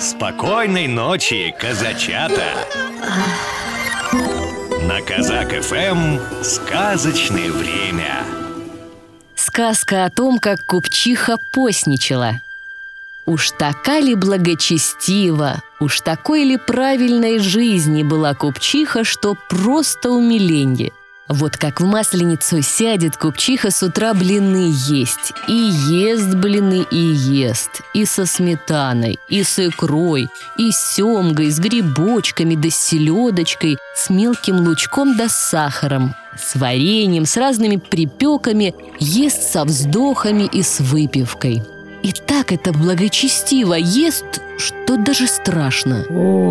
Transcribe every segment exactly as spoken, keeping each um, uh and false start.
Спокойной ночи, казачата! На Казак эф эм сказочное время. Сказка о том, как купчиха постничала. Уж така ли благочестива, уж такой ли правильной жизни была купчиха, что просто умиленье. Вот как в Масленицу сядет купчиха с утра блины есть. И ест блины, и ест. И со сметаной, и с икрой, и с семгой, с грибочками да с селедочкой, с мелким лучком да с сахаром, с вареньем, с разными припеками, ест со вздохами и с выпивкой. И так это благочестиво ест, что даже страшно.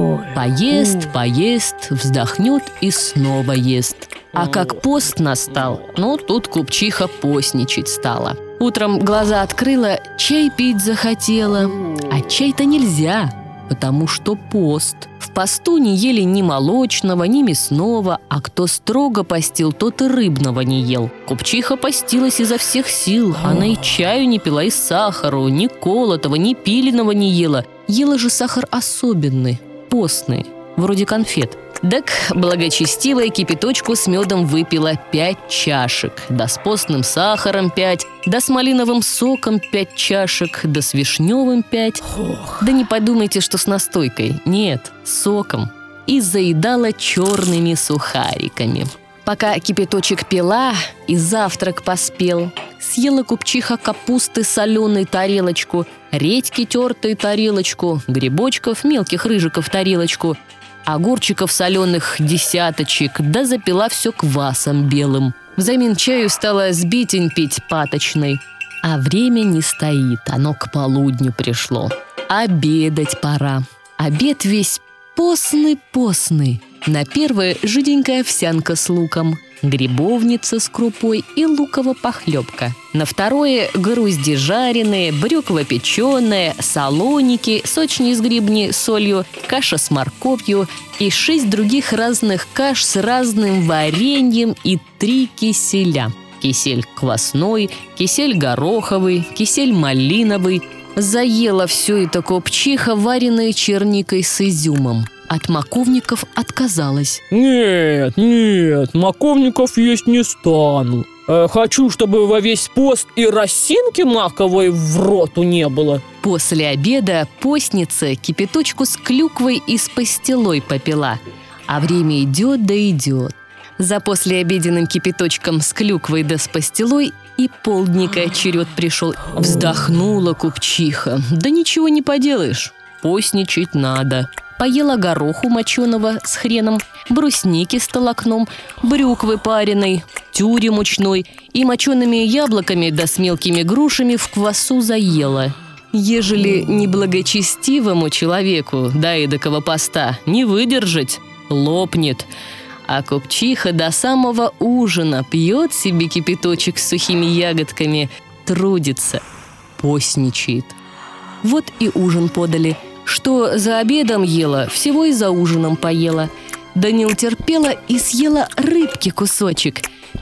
Поест, поест, вздохнет и снова ест. А как пост настал, ну, тут купчиха постничать стала. Утром глаза открыла, чай пить захотела. А чай-то нельзя, потому что пост. В посту не ели ни молочного, ни мясного, а кто строго постил, тот и рыбного не ел. Купчиха постилась изо всех сил. Она и чаю не пила, и сахару, ни колотого, ни пиленого не ела. Ела же сахар особенный, постный, вроде конфет. Так благочестивая кипяточку с медом выпила пять чашек, да с постным сахаром пять, да с малиновым соком пять чашек, да с вишневым пять. Да не подумайте, что с настойкой. Нет, с соком. И заедала черными сухариками. Пока кипяточек пила, и завтрак поспел. Съела купчиха капусты соленой тарелочку, редьки тертой тарелочку, грибочков мелких рыжиков тарелочку, огурчиков соленых десяточек, да запила все квасом белым. Взамен чаю стала сбитень пить паточной. А время не стоит, оно к полудню пришло. Обедать пора. Обед весь постный-постный. На первое жиденькая овсянка с луком, грибовница с крупой и луковая похлебка. На второе грузди жареные, брюква печеная, солоники, сочни с грибни, солью, каша с морковью и шесть других разных каш с разным вареньем и три киселя. Кисель квасной, кисель гороховый, кисель малиновый. Заела все это купчиха, вареной черникой с изюмом. От маковников отказалась. Нет, нет, маковников есть не стану. э, Хочу, чтобы во весь пост и росинки маковой в роту не было. После обеда постница кипяточку с клюквой и с пастилой попила. А время идет да идет. За послеобеденным кипяточком с клюквой да с пастилой и полдника черед пришел. Вздохнула купчиха. Да ничего не поделаешь, постничать надо. Поела гороху моченого с хреном, брусники с толокном, брюквы пареной, тюри мучной и мочеными яблоками да с мелкими грушами в квасу заела. Ежели неблагочестивому человеку до эдакого поста не выдержать, лопнет. А купчиха до самого ужина пьет себе кипяточек с сухими ягодками, трудится, постничает. Вот и ужин подали. Что за обедом ела, всего и за ужином поела. Да не утерпела и съела рыбки кусочек,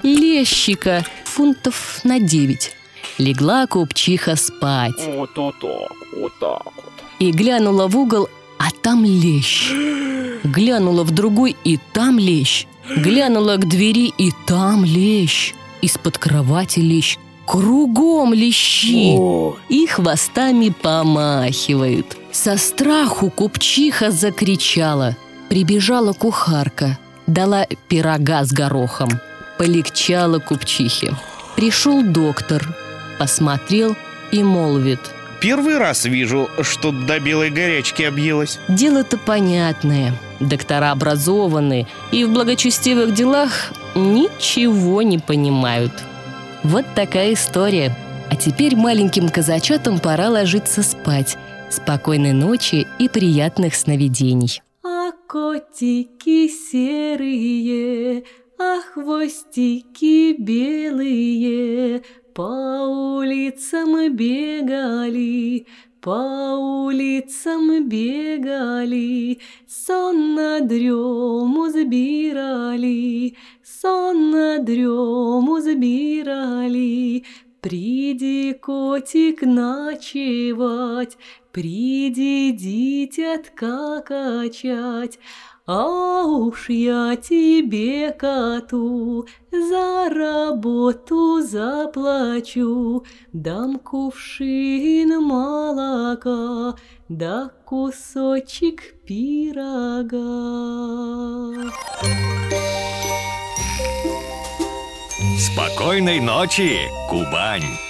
лещика фунтов на девять. Легла купчиха спать. Вот, вот так, вот так вот. И глянула в угол, а там лещ. Глянула в другой, и там лещ. Глянула к двери, и там лещ. Из-под кровати лещ. Кругом лещи. О. И хвостами помахивают. Со страху купчиха закричала. Прибежала кухарка, дала пирога с горохом. Полегчало купчихе. Пришел доктор, посмотрел и молвит: Первый раз вижу, что до белой горячки объелась. дело-то понятное. Доктора образованные и в благочестивых делах ничего не понимают. Вот такая история. А теперь маленьким казачатам пора ложиться спать. Спокойной ночи и приятных сновидений. А котики серые, а хвостики белые по улицам бегали, по улицам бегали, сон на дрему забирали, сон на дрему забирали. приди, котик, ночевать, приди, дитятка качать. А уж я тебе, коту, за работу заплачу, дам кувшин молока, да кусочек пирога. Спокойной ночи, Кубань!